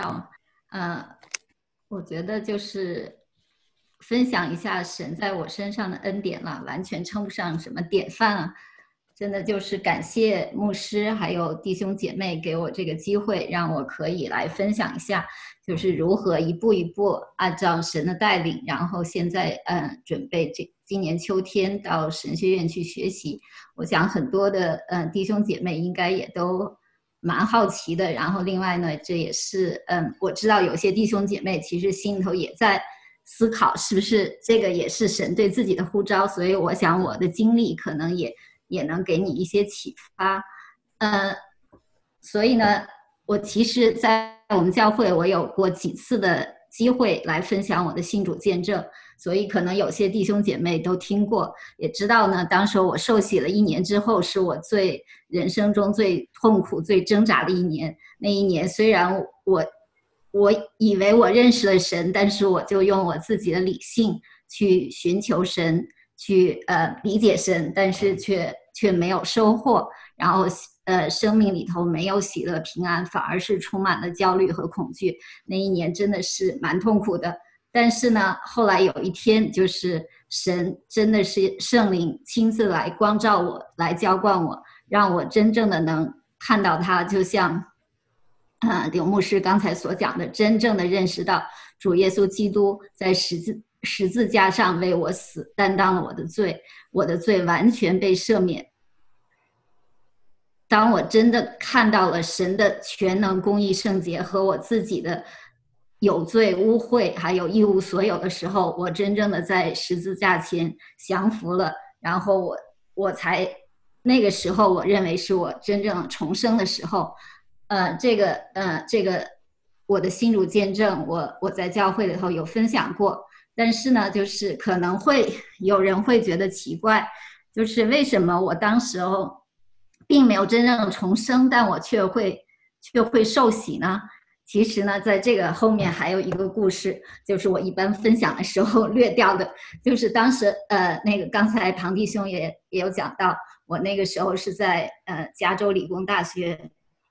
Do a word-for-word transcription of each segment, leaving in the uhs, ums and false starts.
呃，我觉得就是分享一下神在我身上的恩典了，完全称不上什么典范啊。真的就是感谢牧师还有弟兄姐妹给我这个机会，让我可以来分享一下，就是如何一步一步按照神的带领，然后现在呃准备这今年秋天到神学院去学习。我想很多的呃弟兄姐妹应该也都蛮好奇的。然后另外呢，这也是嗯我知道有些弟兄姐妹其实心里头也在思考，是不是这个也是神对自己的呼召，所以我想我的经历可能也也能给你一些启发。呃，所以呢，我其实在我们教会我有过几次的机会来分享我的信主见证，所以可能有些弟兄姐妹都听过，也知道呢，当时我受洗了一年之后，是我最人生中最痛苦最挣扎的一年。那一年虽然我我以为我认识了神，但是我就用我自己的理性去寻求神，去呃理解神，但是却却没有收获，然后呃生命里头没有喜乐平安，反而是充满了焦虑和恐惧。那一年真的是蛮痛苦的。但是呢，后来有一天，就是神真的是圣灵亲自来光照我，来浇灌我，让我真正的能看到他，就像呃刘牧师刚才所讲的，真正的认识到主耶稣基督在十字十字架上为我死，担当了我的罪，我的罪完全被赦免。当我真的看到了神的全能公义圣洁和我自己的有罪污秽还有一无所有的时候，我真正的在十字架前降服了，然后我我才那个时候我认为是我真正重生的时候。呃，这个呃这个我的信主见证，我我在教会里头有分享过。但是呢，就是可能会有人会觉得奇怪，就是为什么我当时候并没有真正重生，但我却会却会受洗呢？其实呢，在这个后面还有一个故事，就是我一般分享的时候略掉的，就是当时呃那个刚才庞弟兄也也有讲到，我那个时候是在呃加州理工大学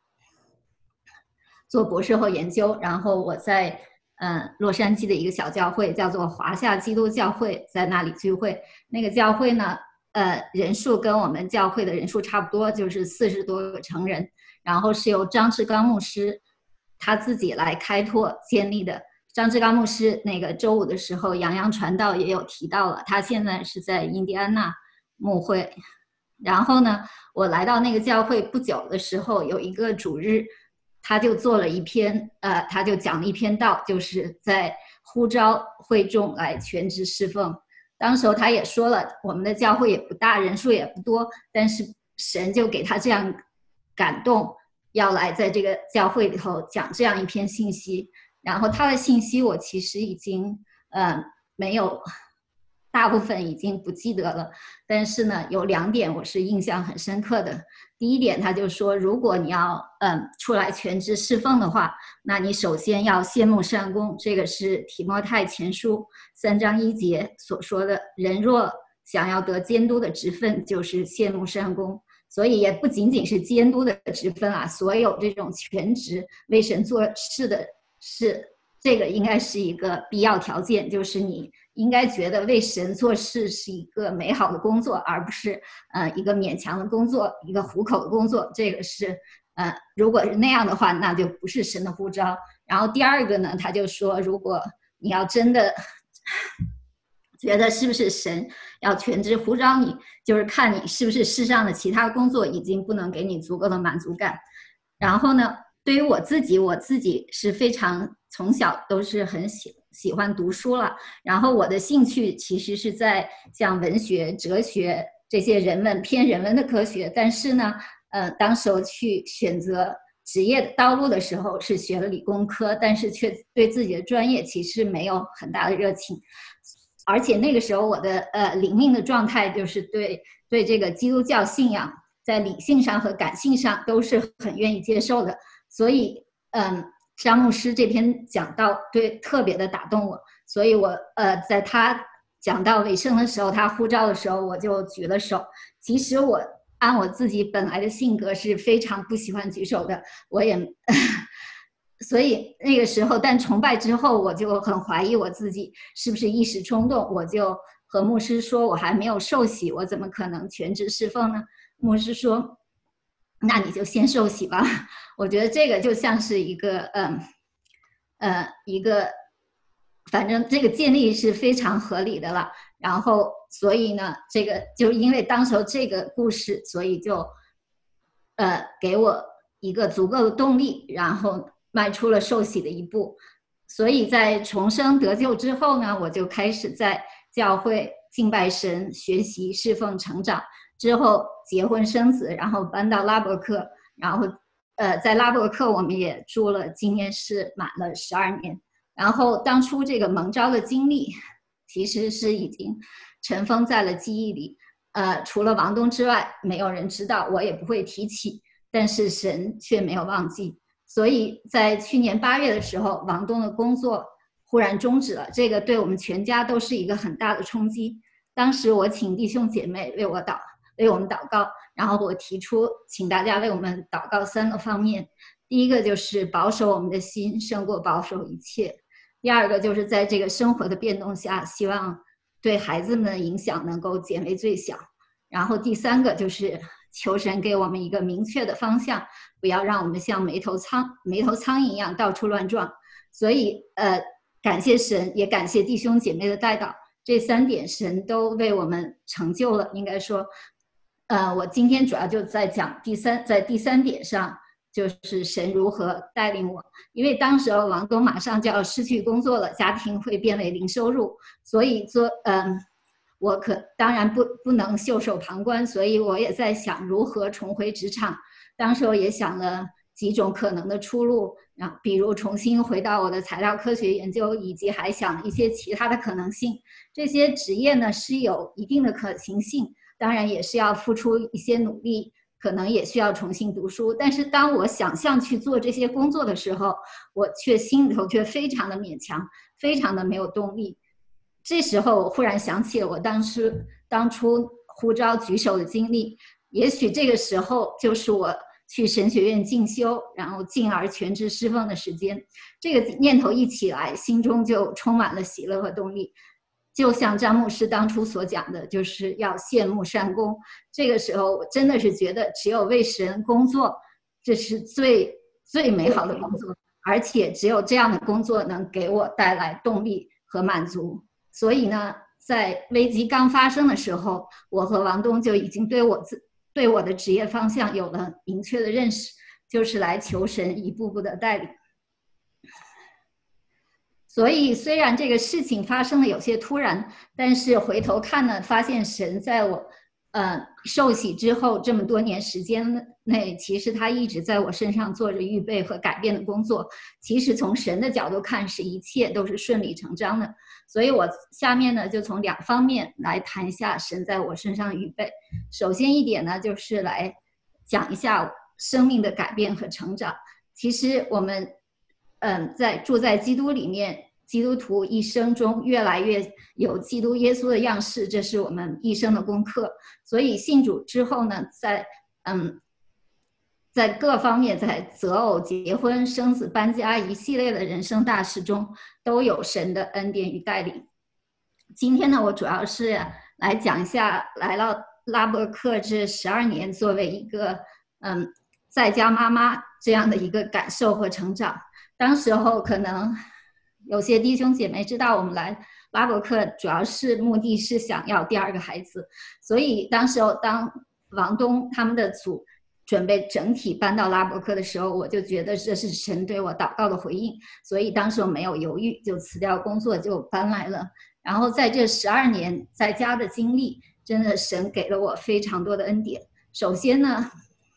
做博士后研究，然后我在呃洛杉矶的一个小教会叫做华夏基督教会，在那里聚会。那个教会呢，呃人数跟我们教会的人数差不多，就是四十多个成人，然后是由张志刚牧师他自己来开拓建立的。张志刚牧师那个周五的时候，洋洋传道也有提到了，他现在是在印第安纳牧会。然后呢，我来到那个教会不久的时候，有一个主日，他就做了一篇，呃，他就讲了一篇道，就是在呼召会众来全职侍奉。当时候他也说了，我们的教会也不大，人数也不多，但是神就给他这样感动，要来在这个教会里头讲这样一篇信息。然后他的信息我其实已经呃没有，大部分已经不记得了，但是呢，有两点我是印象很深刻的。第一点，他就说，如果你要嗯出来全职侍奉的话，那你首先要羡慕善工，这个是提摩太前书三章一节所说的，人若想要得监督的职分，就是羡慕善工。所以也不仅仅是监督的职分啊，所有这种全职为神做事的是，这个应该是一个必要条件，就是你应该觉得为神做事是一个美好的工作，而不是呃一个勉强的工作，一个糊口的工作。这个是呃，如果是那样的话，那就不是神的呼召。然后第二个呢，他就说，如果你要真的觉得是不是神要全职呼召你，就是看你是不是世上的其他工作已经不能给你足够的满足感。然后呢，对于我自己，我自己是非常从小都是很喜喜欢读书了，然后我的兴趣其实是在像文学、哲学这些人文偏人文的科学，但是呢，呃，当时候去选择职业道路的时候是学了理工科，但是却对自己的专业其实没有很大的热情。而且那个时候我的呃灵命的状态就是对对这个基督教信仰在理性上和感性上都是很愿意接受的，所以嗯，张牧师这篇讲道对特别的打动我，所以我呃在他讲到尾声的时候，他呼召的时候，我就举了手。其实我按我自己本来的性格是非常不喜欢举手的，我也所以那个时候，但崇拜之后，我就很怀疑我自己是不是一时冲动，我就和牧师说，我还没有受洗，我怎么可能全职侍奉呢？牧师说，那你就先受洗吧。我觉得这个就像是一个，嗯，呃，一个，反正这个建立是非常合理的了。然后，所以呢，这个就因为当时候这个故事，所以就，呃，给我一个足够的动力，然后迈出了受洗的一步。所以在重生得救之后呢，我就开始在教会敬拜神、学习、侍奉、成长。之后结婚生子，然后搬到拉伯克，然后呃，在拉伯克我们也住了，今年是满了十二年。然后当初这个蒙召的经历，其实是已经尘封在了记忆里。呃，除了王东之外，没有人知道，我也不会提起。但是神却没有忘记，所以在去年八月的时候，王东的工作忽然终止了，这个对我们全家都是一个很大的冲击。当时我请弟兄姐妹为我祷。为我们祷告，然后我提出请大家为我们祷告三个方面。第一个就是保守我们的心胜过保守一切，第二个就是在这个生活的变动下，希望对孩子们的影响能够减为最小，然后第三个就是求神给我们一个明确的方向，不要让我们像没头苍没头苍蝇一样到处乱撞。所以呃，感谢神，也感谢弟兄姐妹的带导，这三点神都为我们成就了。应该说呃，我今天主要就在讲第三，在第三点上，就是神如何带领我。因为当时王东马上就要失去工作了，家庭会变为零收入，所以做，嗯，我可当然不不能袖手旁观，所以我也在想如何重回职场。当时我也想了几种可能的出路，啊，比如重新回到我的材料科学研究，以及还想一些其他的可能性。这些职业呢是有一定的可行性。当然也是要付出一些努力，可能也需要重新读书。但是当我想象去做这些工作的时候，我却心里头却非常的勉强，非常的没有动力。这时候我忽然想起了我当时当初呼召举手的经历，也许这个时候就是我去神学院进修，然后进而全职侍奉的时间。这个念头一起来，心中就充满了喜乐和动力。就像张牧师当初所讲的，就是要羡慕善工。这个时候我真的是觉得只有为神工作，这是最最美好的工作，而且只有这样的工作能给我带来动力和满足。所以呢，在危机刚发生的时候，我和王东就已经对我自对我的职业方向有了明确的认识，就是来求神一步步的带领。所以虽然这个事情发生的有些突然，但是回头看呢，发现神在我呃受洗之后这么多年时间内，其实他一直在我身上做着预备和改变的工作。其实从神的角度看，是一切都是顺理成章的。所以我下面呢就从两方面来谈一下神在我身上的预备。首先一点呢，就是来讲一下生命的改变和成长。其实我们嗯，在住在基督里面，基督徒一生中越来越有基督耶稣的样式，这是我们一生的功课。所以信主之后呢，在嗯，在各方面，在择偶、结婚、生子、搬家一系列的人生大事中，都有神的恩典与带领。今天呢，我主要是来讲一下来到拉伯克这十二年，作为一个嗯在家妈妈这样的一个感受和成长。当时候可能有些弟兄姐妹知道，我们来拉伯克主要是目的是想要第二个孩子，所以当时候当王东他们的组准备整体搬到拉伯克的时候，我就觉得这是神对我祷告的回应，所以当时我没有犹豫，就辞掉工作就搬来了。然后在这十二年在家的经历，真的神给了我非常多的恩典。首先呢，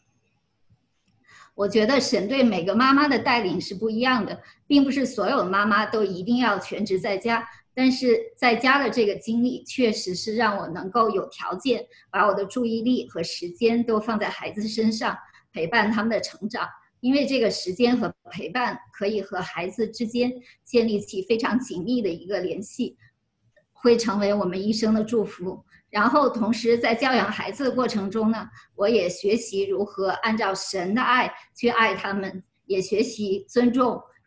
我觉得神对每个妈妈的带领是不一样的，并不是所有妈妈都一定要全职在家，但是在家的这个经历确实是让我能够有条件把我的注意力和时间都放在孩子身上，陪伴他们的成长。因为这个时间和陪伴可以和孩子之间建立起非常紧密的一个联系，会成为我们一生的祝福。然后同时在教养孩子的过程中呢，我也学习如何按照神的爱去爱他们，也学习尊重，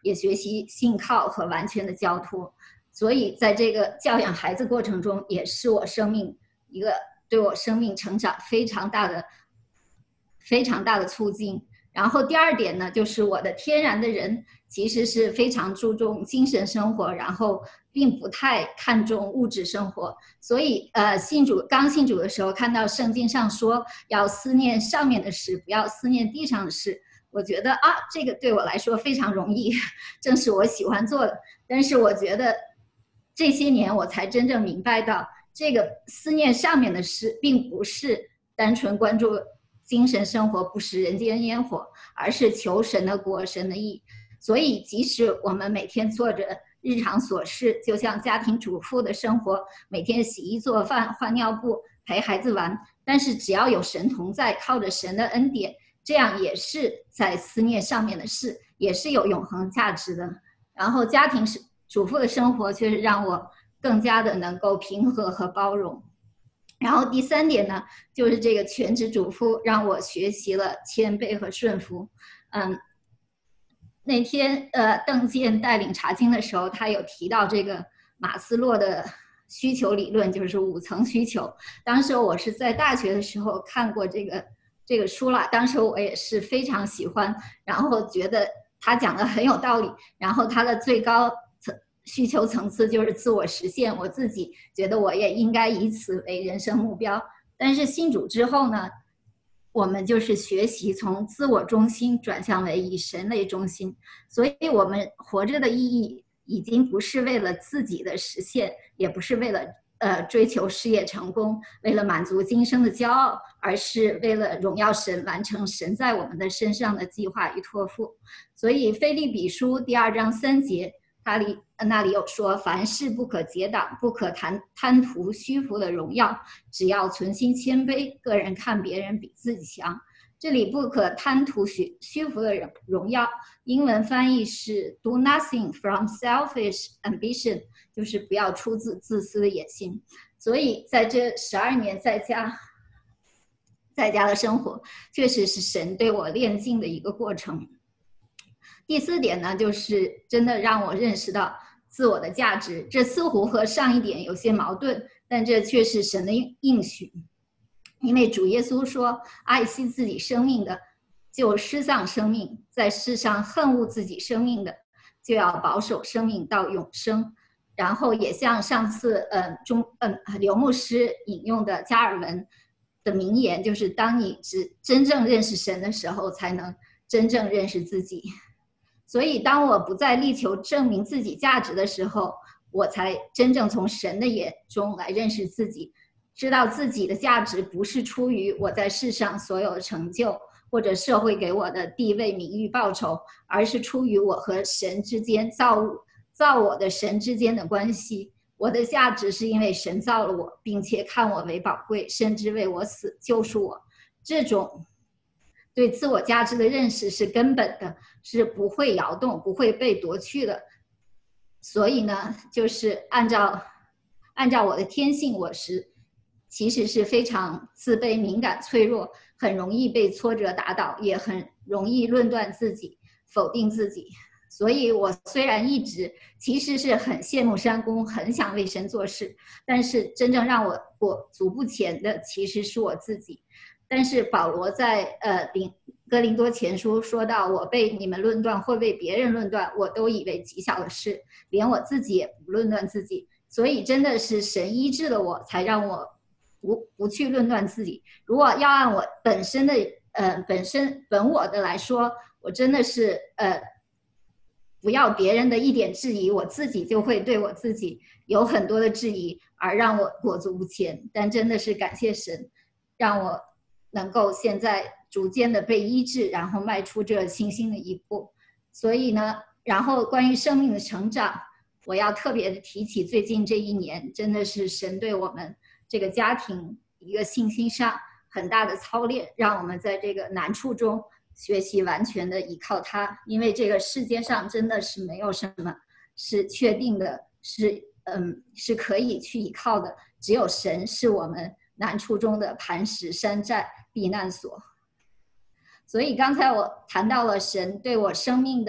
也学习信靠和完全的交托。所以在这个教养孩子过程中，也是我生命一个对我生命成长非常大的非常大的促进。然后第二点呢，就是我的天然的人其实是非常注重精神生活，然后并不太看重物质生活。所以呃，信主刚信主的时候，看到圣经上说要思念上面的事，不要思念地上的事，我觉得啊，这个对我来说非常容易，正是我喜欢做的。但是我觉得这些年我才真正明白到，这个思念上面的事，并不是单纯关注精神生活不食人间烟火，而是求神的国、神的义。所以即使我们每天做着日常琐事，就像家庭主妇的生活，每天洗衣做饭、换尿布、陪孩子玩，但是只要有神同在，靠着神的恩典，这样也是在思念上面的事，也是有永恒价值的。然后家庭主妇的生活却是让我更加的能够平和和包容。然后第三点呢，就是这个全职主妇让我学习了谦卑和顺服。嗯，那天呃，邓健带领查经的时候，他有提到这个马斯洛的需求理论，就是五层需求。当时我是在大学的时候看过这个这个书了，当时我也是非常喜欢，然后觉得他讲的很有道理。然后他的最高需求层次就是自我实现，我自己觉得我也应该以此为人生目标。但是信主之后呢，我们就是学习从自我中心转向为以神为中心，所以我们活着的意义已经不是为了自己的实现，也不是为了呃追求事业成功，为了满足今生的骄傲，而是为了荣耀神，完成神在我们的身上的计划与托付。所以腓立比书第二章三节，他里那里有说，凡事不可结党，不可贪贪图虚浮的荣耀，只要存心谦卑，个人看别人比自己强。这里不可贪图虚虚浮的荣耀，英文翻译是 do nothing from selfish ambition， 就是不要出自自私的野心。所以在这十二年在家在家的生活，确实是神对我炼净的一个过程。第四点呢，就是真的让我认识到自我的价值，这似乎和上一点有些矛盾，但这却是神的应许。因为主耶稣说，爱惜自己生命的就失丧生命，在世上恨恶自己生命的就要保守生命到永生。然后也像上次呃中呃刘牧师引用的加尔文的名言，就是当你只真正认识神的时候，才能真正认识自己。所以当我不再力求证明自己价值的时候，我才真正从神的眼中来认识自己，知道自己的价值不是出于我在世上所有的成就，或者社会给我的地位、名誉、报酬，而是出于我和神之间造物造我的神之间的关系。我的价值是因为神造了我，并且看我为宝贵，甚至为我死，救赎我。这种对自我价值的认识是根本的，是不会摇动，不会被夺去的。所以呢，就是按照按照我的天性，我是其实是非常自卑、敏感、脆弱，很容易被挫折打倒，也很容易论断自己、否定自己。所以我虽然一直其实是很羡慕山工，很想为神做事，但是真正让我我足不前的其实是我自己。但是保罗在呃林哥林多前书说到，我被你们论断或被别人论断，我都以为极小的事，连我自己也不论断自己。所以真的是神医治了我，才让我不不去论断自己。如果要按我本身的呃本身本我的来说，我真的是呃不要别人的一点质疑，我自己就会对我自己有很多的质疑，而让我裹足不前。但真的是感谢神，让我能够现在逐渐的被医治，然后迈出这信心的一步。所以呢，然后关于生命的成长，我要特别的提起最近这一年，真的是神对我们这个家庭一个信心上很大的操练，让我们在这个难处中学习完全的依靠他。因为这个世界上真的是没有什么是确定的，是嗯是可以去依靠的，只有神是我们难处中的磐石、山寨、避难所。所以刚才我谈到了神对我生命的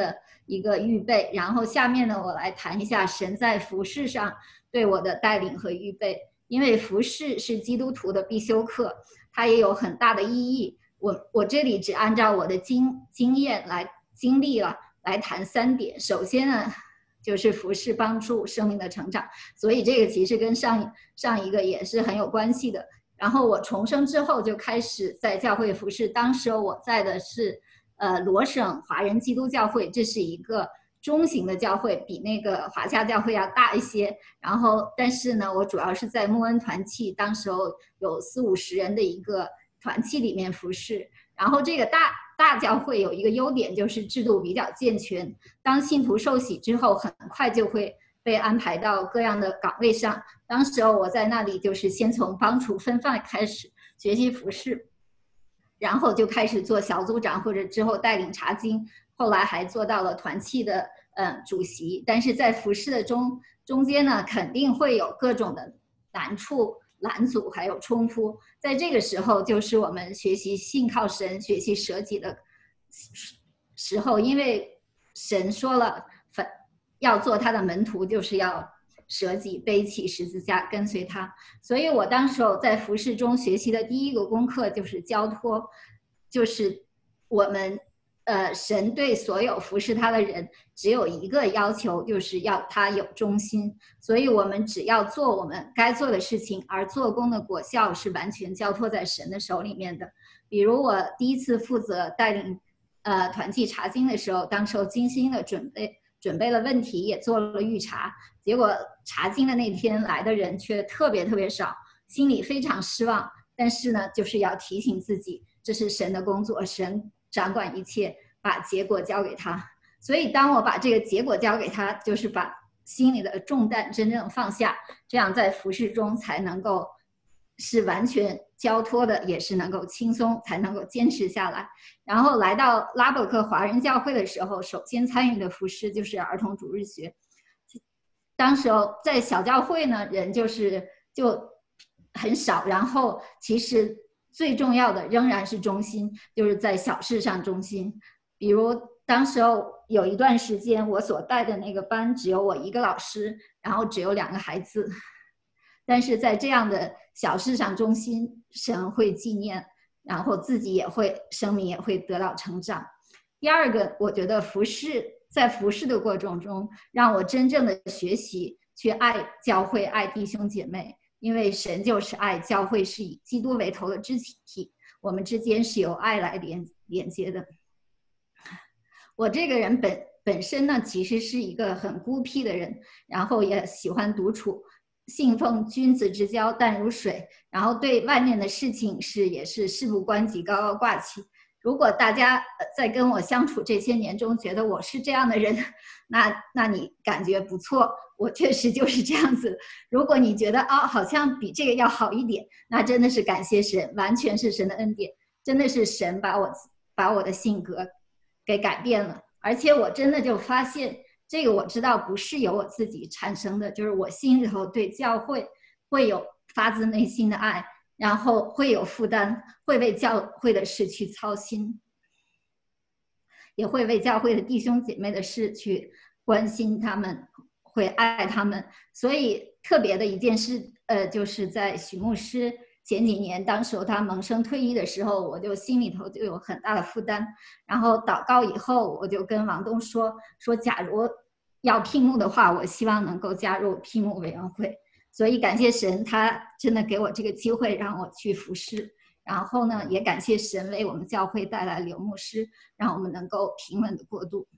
一个预备。然后下面呢，我来谈一下神在服事上对我的带领和预备。因为服事是基督徒的必修课，它也有很大的意义。我我这里只按照我的经经验来经历了来谈三点。首先呢，就是服事帮助生命的成长，所以这个其实跟上上一个也是很有关系的。然后我重生之后就开始在教会服事，当时我在的是呃罗省华人基督教会，这是一个中型的教会，比那个华夏教会要大一些。然后但是呢，我主要是在牧恩团契，当时候有四五十人的一个团契里面服事。然后这个大大教会有一个优点，就是制度比较健全，当信徒受洗之后很快就会被安排到各样的岗位上。当时候我在那里就是先从帮厨分饭开始学习服事，然后就开始做小组长，或者之后带领查经，后来还做到了团契的呃主席。但是在服事的中中间呢，肯定会有各种的难处、拦阻还有冲突。在这个时候，就是我们学习信靠神、学习舍己的时候，因为神说了，要做他的门徒，就是要舍己背起十字架跟随他。所以我当时候在服事中学习的第一个功课就是交托，就是我们呃神对所有服事他的人只有一个要求，就是要他有忠心。所以我们只要做我们该做的事情，而做工的果效是完全交托在神的手里面的。比如我第一次负责带领呃团契查经的时候，当时候精心的准备准备了问题，也做了预查，结果查经的那天来的人却特别特别少，心里非常失望。但是呢，就是要提醒自己，这是神的工作，神掌管一切，把结果交给他。所以当我把这个结果交给他，就是把心里的重担真正放下，这样在服事中才能够是完全交托的，也是能够轻松，才能够坚持下来。然后来到拉伯克华人教会的时候，首先参与的服事就是儿童主日学。当时候在小教会呢，人就是就很少，然后其实最重要的仍然是忠心，就是在小事上忠心。比如当时候有一段时间，我所带的那个班只有我一个老师，然后只有两个孩子，但是在这样的小事上忠心，神会纪念，然后自己也会生命也会得到成长。第二个，我觉得服事在服事的过程中，让我真正的学习去爱教会、爱弟兄姐妹，因为神就是爱，教会是以基督为头的肢体，我们之间是由爱来连连接的。我这个人本本身呢，其实是一个很孤僻的人，然后也喜欢独处，信奉君子之交淡如水，然后对外面的事情是也是事不关己，高高挂起。如果大家在跟我相处这些年中觉得我是这样的人，那那你感觉不错，我确实就是这样子。如果你觉得哦，好像比这个要好一点，那真的是感谢神，完全是神的恩典，真的是神把我把我的性格给改变了。而且我真的就发现，这个我知道不是由我自己产生的，就是我心里头对教会会有发自内心的爱，然后会有负担，会为教会的事去操心，也会为教会的弟兄姐妹的事去关心他们，会爱他们。所以特别的一件事，呃，就是在许牧师前几年，当时他萌生退役的时候，我就心里头就有很大的负担。然后祷告以后，我就跟王东说说，假如要聘牧的话，我希望能够加入聘牧委员会。所以感谢神，他真的给我这个机会让我去服侍。然后呢，也感谢神为我们教会带来刘牧师，让我们能够平稳的过渡。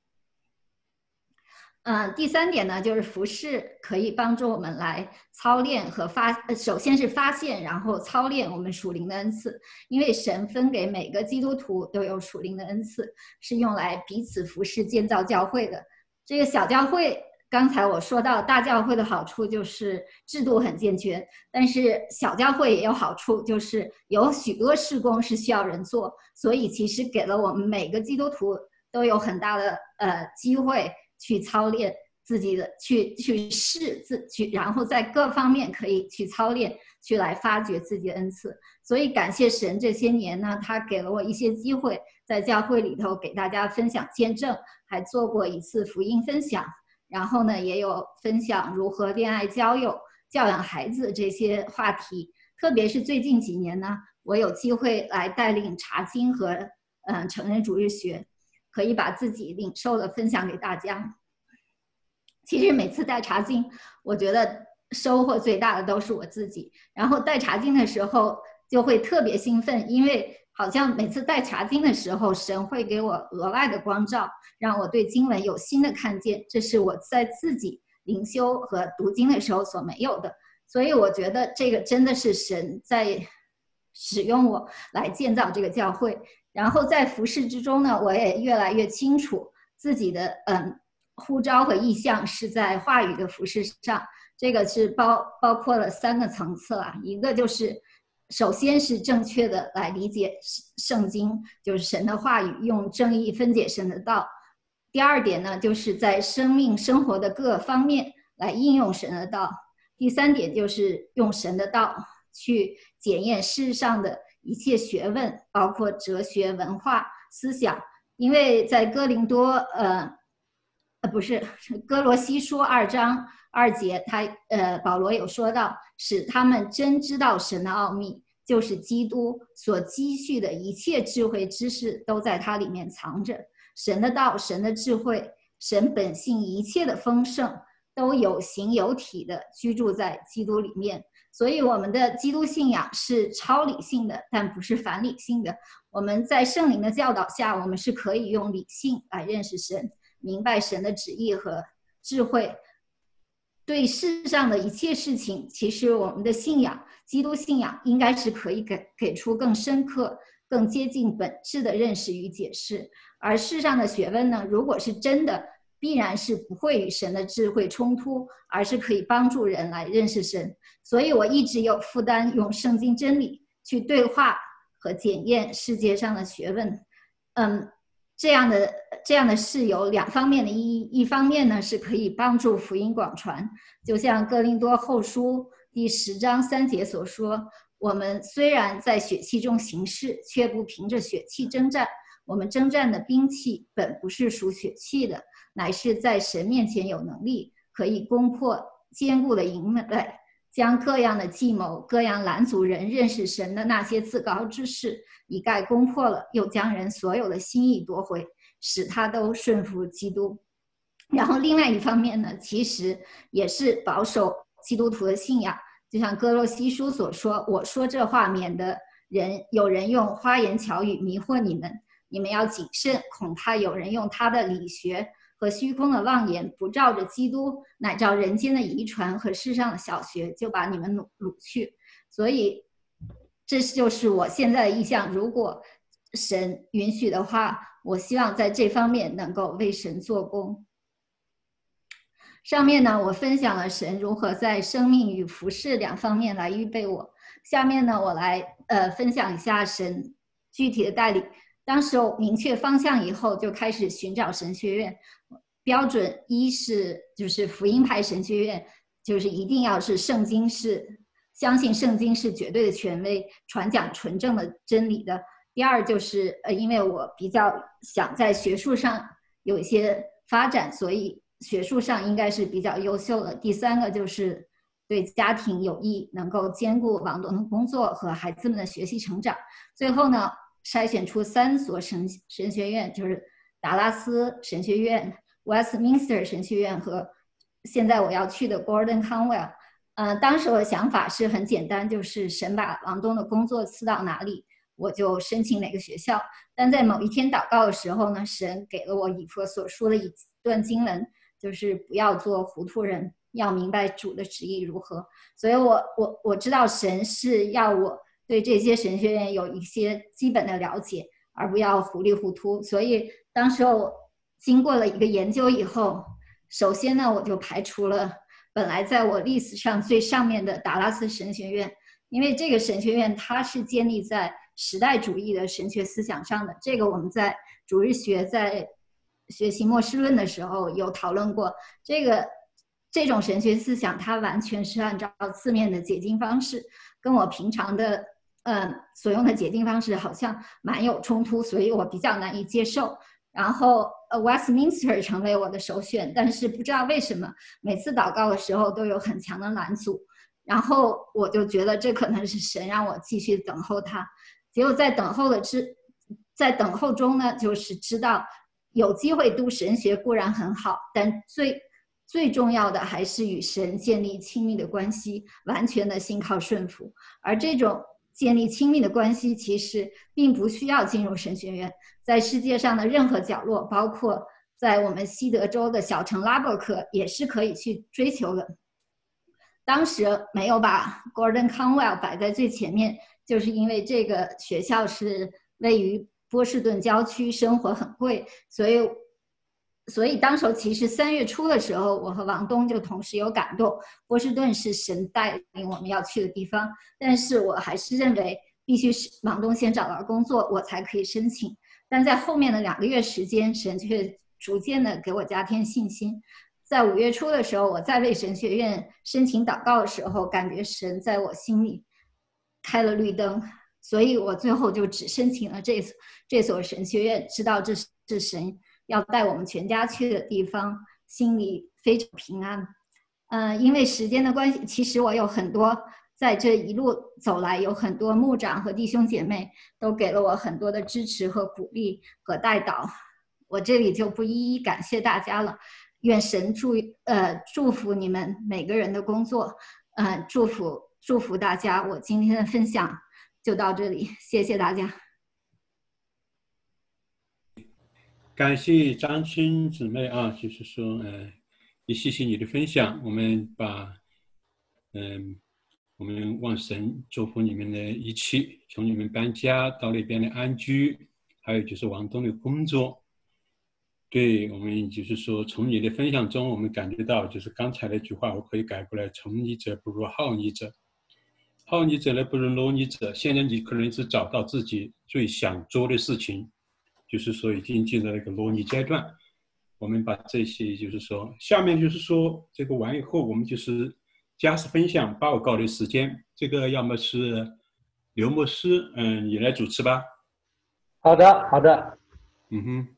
嗯，第三点呢，就是服侍可以帮助我们来操练和发，首先是发现，然后操练我们属灵的恩赐。因为神分给每个基督徒都有属灵的恩赐，是用来彼此服侍、建造教会的。这个小教会，刚才我说到大教会的好处就是制度很健全，但是小教会也有好处，就是有许多事工是需要人做，所以其实给了我们每个基督徒都有很大的呃机会去操练自己的去去试自去，然后在各方面可以去操练，去来发掘自己的恩赐。所以感谢神这些年呢，他给了我一些机会，在教会里头给大家分享见证，还做过一次福音分享，然后呢也有分享如何恋爱、交友、教养孩子这些话题。特别是最近几年呢，我有机会来带领查经和嗯、呃、成人主日学，可以把自己领受的分享给大家。其实每次带查经，我觉得收获最大的都是我自己。然后带查经的时候就会特别兴奋，因为好像每次带查经的时候，神会给我额外的光照，让我对经文有新的看见，这是我在自己灵修和读经的时候所没有的。所以我觉得这个真的是神在使用我来建造这个教会。然后在服事之中呢，我也越来越清楚自己的嗯呼召和意向是在话语的服事上。这个是包包括了三个层次啊，一个就是首先是正确的来理解圣经，就是神的话语，用正义分解神的道。第二点呢，就是在生命生活的各方面来应用神的道。第三点就是用神的道去检验世上的一切学问，包括哲学、文化、思想。因为在哥林多呃呃不是哥罗西书二章二节，他呃保罗有说到，使他们真知道神的奥秘，就是基督所积蓄的一切智慧知识都在他里面藏着。神的道、神的智慧、神本性一切的丰盛，都有形有体的居住在基督里面。所以我们的基督信仰是超理性的，但不是反理性的。我们在圣灵的教导下，我们是可以用理性来认识神，明白神的旨意和智慧。对世上的一切事情，其实我们的信仰，基督信仰应该是可以给给出更深刻、更接近本质的认识与解释。而世上的学问呢，如果是真的，必然是不会与神的智慧冲突，而是可以帮助人来认识神。所以我一直有负担用圣经真理去对话和检验世界上的学问。嗯，这样的这样的事有两方面的意义，一方面呢是可以帮助福音广传，就像哥林多后书第十章三节所说，我们虽然在血气中行事，却不凭着血气征战。我们征战的兵器本不是属血气的，乃是在神面前有能力，可以攻破坚固的营垒，将各样的计谋、各样拦阻人认识神的那些自高之事一概攻破了，又将人所有的心意夺回，使他都顺服基督。然后另外一方面呢，其实也是保守基督徒的信仰，就像哥罗西书所说，我说这话，免得人有人用花言巧语迷惑你们，你们要谨慎，恐怕有人用他的理学和虚空的妄言，不照着基督，乃照人间的遗传和世上的小学，就把你们掳掳去。所以这就是我现在的意向，如果神允许的话，我希望在这方面能够为神做工。上面呢，我分享了神如何在生命与服事两方面来预备我。下面呢，我来呃分享一下神具体的带领。当时我明确方向以后，就开始寻找神学院。标准一是就是福音派神学院，就是一定要是圣经是相信圣经是绝对的权威，传讲纯正的真理的。第二就是呃，因为我比较想在学术上有一些发展，所以学术上应该是比较优秀的。第三个就是对家庭有益，能够兼顾王董的工作和孩子们的学习成长。最后呢，筛选出三所神神学院，就是达拉斯神学院、Westminster 神学院和现在我要去的 Gordon Conwell。呃，当时我的想法是很简单，就是神把王东的工作赐到哪里，我就申请哪个学校。但在某一天祷告的时候呢，神给了我以弗所说的一段经文，就是不要做糊涂人，要明白主的旨意如何。所以我我我知道神是要我对这些神学院有一些基本的了解，而不要糊里糊涂。所以当时我经过了一个研究以后，首先呢，我就排除了本来在我 list 上最上面的达拉斯神学院，因为这个神学院它是建立在时代主义的神学思想上的。这个我们在主日学在学习末世论的时候有讨论过，这个这种神学思想它完全是按照字面的解经方式，跟我平常的嗯所用的解经方式好像蛮有冲突，所以我比较难以接受。然后呃 Westminster 成为我的首选，但是不知道为什么每次祷告的时候都有很强的拦阻，然后我就觉得这可能是神让我继续等候他。结果在等候的之在等候中呢，就是知道有机会读神学固然很好，但最最重要的还是与神建立亲密的关系，完全的信靠顺服。而这种建立亲密的关系其实并不需要进入神学院，在世界上的任何角落，包括在我们西德州的小城拉伯克也是可以去追求的。当时没有把 Gordon Conwell 摆在最前面，就是因为这个学校是位于波士顿郊区，生活很贵，所以所以当时其实三月初的时候，我和王东就同时有感动，波士顿是神带领我们要去的地方，但是我还是认为必须是王东先找到工作，我才可以申请。但在后面的两个月时间，神却逐渐的给我加添信心。在五月初的时候，我在为神学院申请祷告的时候，感觉神在我心里开了绿灯，所以我最后就只申请了这这所神学院，知道这是神要带我们全家去的地方，心里非常平安。呃，因为时间的关系，其实我有很多在这一路走来，有很多牧长和弟兄姐妹都给了我很多的支持和鼓励和带导，我这里就不一一感谢大家了。愿神祝呃祝福你们每个人的工作，呃祝福祝福大家。我今天的分享就到这里，谢谢大家。 感谢张青姊妹啊，就是说，呃，也谢谢你的分享。我们把，嗯、呃，我们望神祝福你们的一切，从你们搬家到那边的安居，还有就是王东的工作。对，我们就是说，从你的分享中，我们感觉到，就是刚才那句话，我可以改过来：从你者不如好你者，好你者呢不如罗你者。现在你可能是找到自己最想做的事情，就是说已经进入那个罗你阶段。我们把这些，就是说，下面就是说这个完以后，我们就是家事分享报告的时间。这个要么是刘牧师，嗯，你来主持吧。 好的，好的。 嗯哼。